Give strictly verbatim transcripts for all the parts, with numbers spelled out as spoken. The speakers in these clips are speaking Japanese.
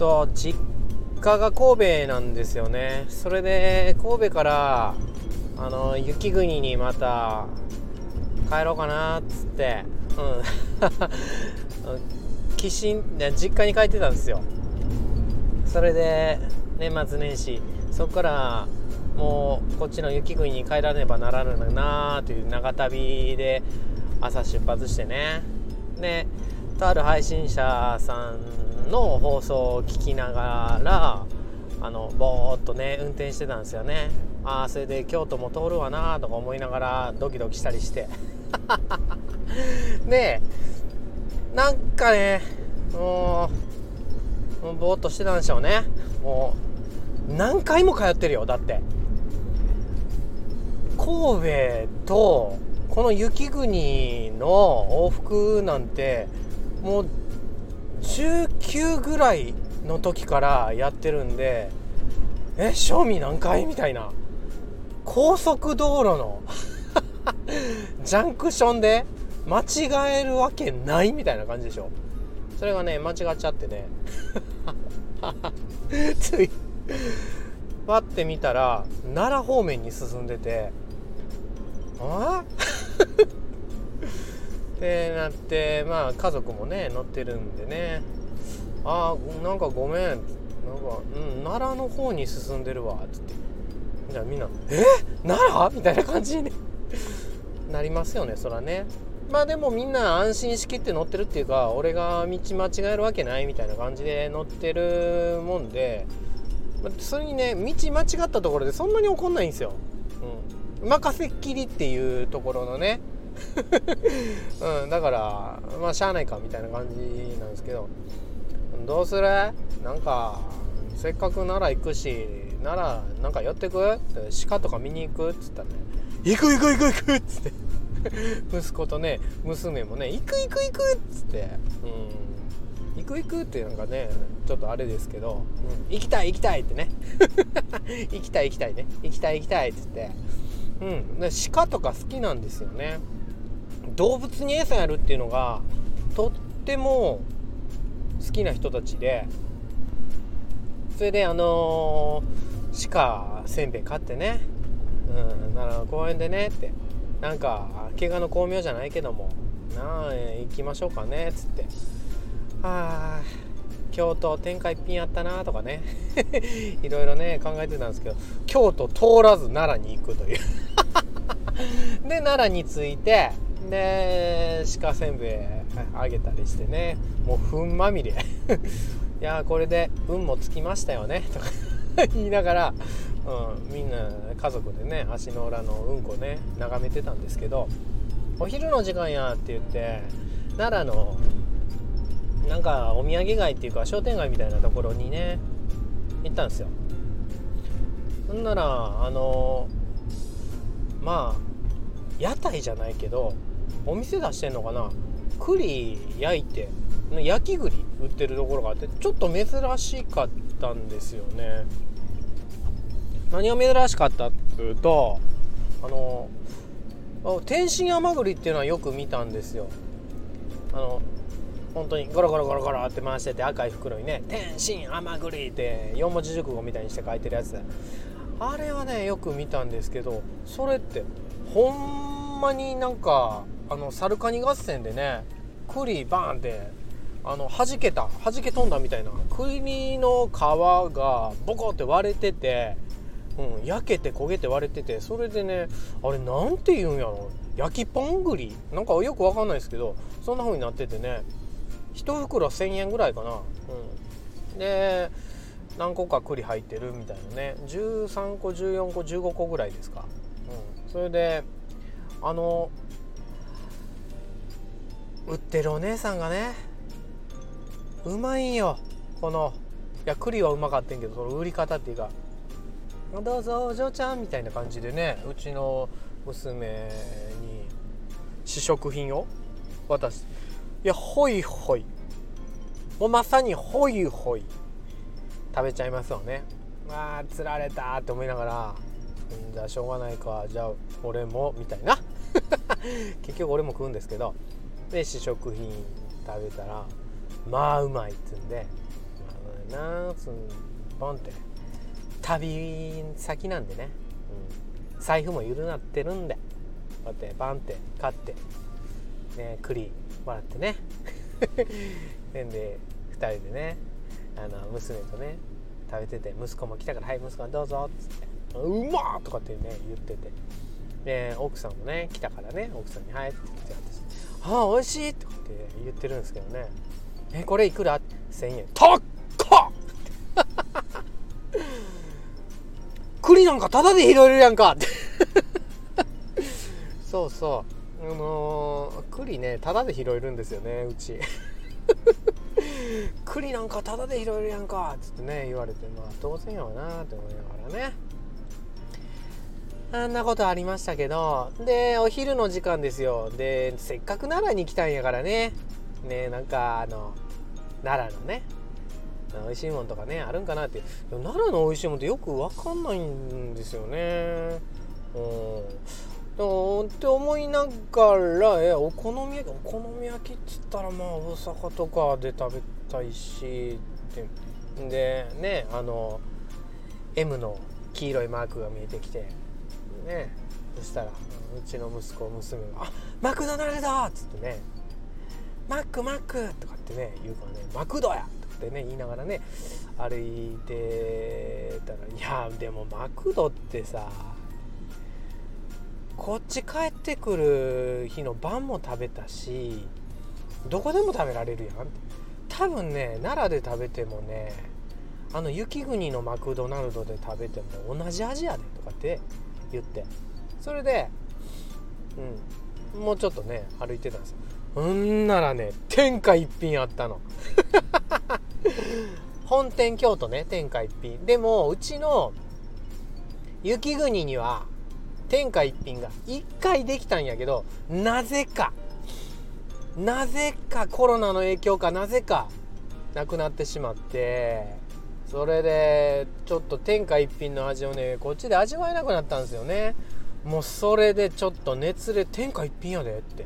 と実家が神戸なんですよね。それで神戸からあの雪国にまた帰ろうかなっつって、うん寄進実家に帰ってたんですよ。それで年末年始そこからもうこっちの雪国に帰らねばならぬなという長旅で朝出発してね、でとある配信者さんの放送を聞きながらあのぼーっとね運転してたんですよね。ああそれで京都も通るわなとか思いながらドキドキしたりしてでなんかねもう、もうぼーっとしてたんでしょうね。もう何回も通ってるよ。だって神戸とこの雪国の往復なんてもうじゅうきゅうぐらいの時からやってるんで、え賞味何回みたいな、高速道路のジャンクションで間違えるわけないみたいな感じでしょ。それがね間違っちゃってねついパッて見たら奈良方面に進んでて、あってなって、まあ家族もね乗ってるんでね、あーなんかごめんなんか、うん、奈良の方に進んでるわっつって、じゃあみんなえ奈良みたいな感じに、ね、なりますよねそらね。まあでもみんな安心しきって乗ってるっていうか、俺が道間違えるわけないみたいな感じで乗ってるもんで、それにね道間違ったところでそんなに怒んないんですよ、うん、任せっきりっていうところのねうん、だからまあしゃあないかみたいな感じなんですけど、どうするなんかせっかく奈良行くし奈良なんか寄ってくって鹿とか見に行くっつったらね、行く行く行く行くっつって息子とね娘もね行く行く行くっつって、うん、行く行くってなんかねちょっとあれですけど、うん、行きたい行きたいってね行きたい行きたいね行きたい行きたいって言って、うん、で鹿とか好きなんですよね。動物に餌やるっていうのがとっても好きな人たちで、それであのー、鹿せんべい買ってね、うん、なら公園でねってなんか怪我の巧妙じゃないけどもなあ行きましょうかねっつって、はあ京都天下一品やったなとかねいろいろね考えてたんですけど、京都通らず奈良に行くというで奈良に着いて、で鹿せんべいあげたりしてね、もう糞まみれいやこれで運もつきましたよねとか言いながら、うん、みんな家族でね足の裏のうんこね眺めてたんですけど、お昼の時間やって言って奈良のなんかお土産街っていうか商店街みたいなところにね行ったんですよ。そんならあのまあ屋台じゃないけどお店出してんのかな、栗焼いて焼き栗売ってるところがあってちょっと珍しかったんですよね。何が珍しかったっていうと、あの天津甘栗っていうのはよく見たんですよ。あの本当にゴロゴロゴロゴロって回してて赤い袋にね天津甘栗ってよん文字熟語みたいにして書いてるやつで、あれはねよく見たんですけど、それってほんまになんかあのサルカニ合戦でね栗バーンってあの弾けた弾け飛んだみたいな栗の皮がボコって割れてて、うん、焼けて焦げて割れてて、それでねあれなんて言うんやろ、焼きポン栗なんかよくわかんないですけどそんな風になっててね、一袋せんえんぐらいかな、うん、で何個か栗入ってるみたいなね、じゅうさんこじゅうよんこじゅうごこぐらいですか、うん、それであの売ってるお姉さんがねうまいんよ。このいや栗はうまかったんけど、その売り方っていうかどうぞお嬢ちゃんみたいな感じでね、うちの娘に試食品を渡す。いやホイホイもうまさにホイホイ食べちゃいますよね。まあ釣られたって思いながら、うん、じゃあしょうがないかじゃあ俺もみたいな結局俺も食うんですけど、で試食品食べたらまあうまいっつうんで、まあな。ボンって旅先なんでね、うん、財布も緩なってるんで、こうやってバンって買ってね、栗もらってねでふたりでね、あの娘とね食べてて、息子も来たから、はい息子どうぞっつって、うまーとかってね言ってて、で奥さんもね来たからね、奥さんにはいって言って、ああ美味しいとかって言ってるんですけどね、えこれいくらせんえん、高っ栗なんかタダで拾えるやんかってそうそう、あのー、栗ねタダで拾えるんですよね、うち栗なんかタダで拾えるやんかっつってね言われて、まあ当然やわなって思いながらね、あんなことありましたけど、でお昼の時間ですよ。でせっかく奈良に来たんやからね、ねなんかあの奈良のね美味しいもんとかねあるんかなって、奈良の美味しいもんってよく分かんないんですよね。うんって思いながら、えお好み焼きお好み焼きっつったらまあ大阪とかで食べたいしってでね、あの エム の黄色いマークが見えてきてね、そしたらうちの息子娘があマクドナルドっつってね、マックマックとかってね言うからね、マクドやってね言いながらね歩いてたら、いやでもマクドってさこっち帰ってくる日の晩も食べたしどこでも食べられるやんって、多分ね奈良で食べてもねあの雪国のマクドナルドで食べても同じ味やでとかって言って、それでうんもうちょっとね歩いてたんですよ。うんならね天下一品あったの本店京都ね天下一品でもうちの雪国には天下一品がいっかいできたんやけど、なぜかなぜかコロナの影響かなぜかなくなってしまって、それでちょっと天下一品の味をねこっちで味わえなくなったんですよね。もうそれでちょっと熱烈天下一品やでって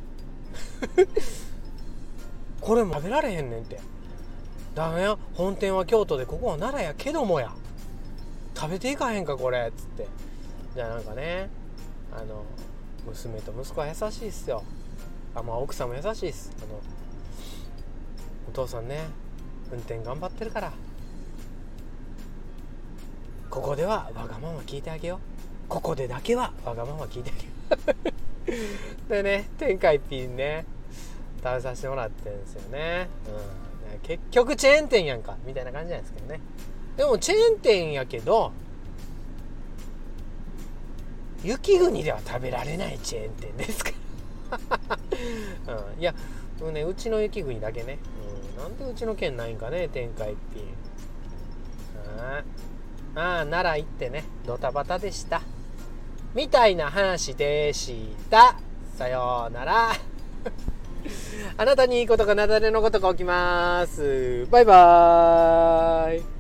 これも食べられへんねんって、ダメや本店は京都でここは奈良やけどもや食べていかへんかこれっつって、じゃあなんかねあの娘と息子は優しいっすよ。あまあ奥さんも優しいっす。あのお父さんね運転頑張ってるからここではわがまま聞いてあげよう、ここでだけはわがまま聞いてあげようでね天下一品ね食べさせてもらってるんですよね、うん、結局チェーン店やんかみたいな感じなんですけどね。でもチェーン店やけど雪国では食べられないチェーン店ですから、うん、いやもうねうちの雪国だけね、うん、なんでうちの県ないんかね天下一品。ああ奈良行ってねドタバタでしたみたいな話でした。さようならあなたにいいことかなだれのことが起きます。バイバーイ。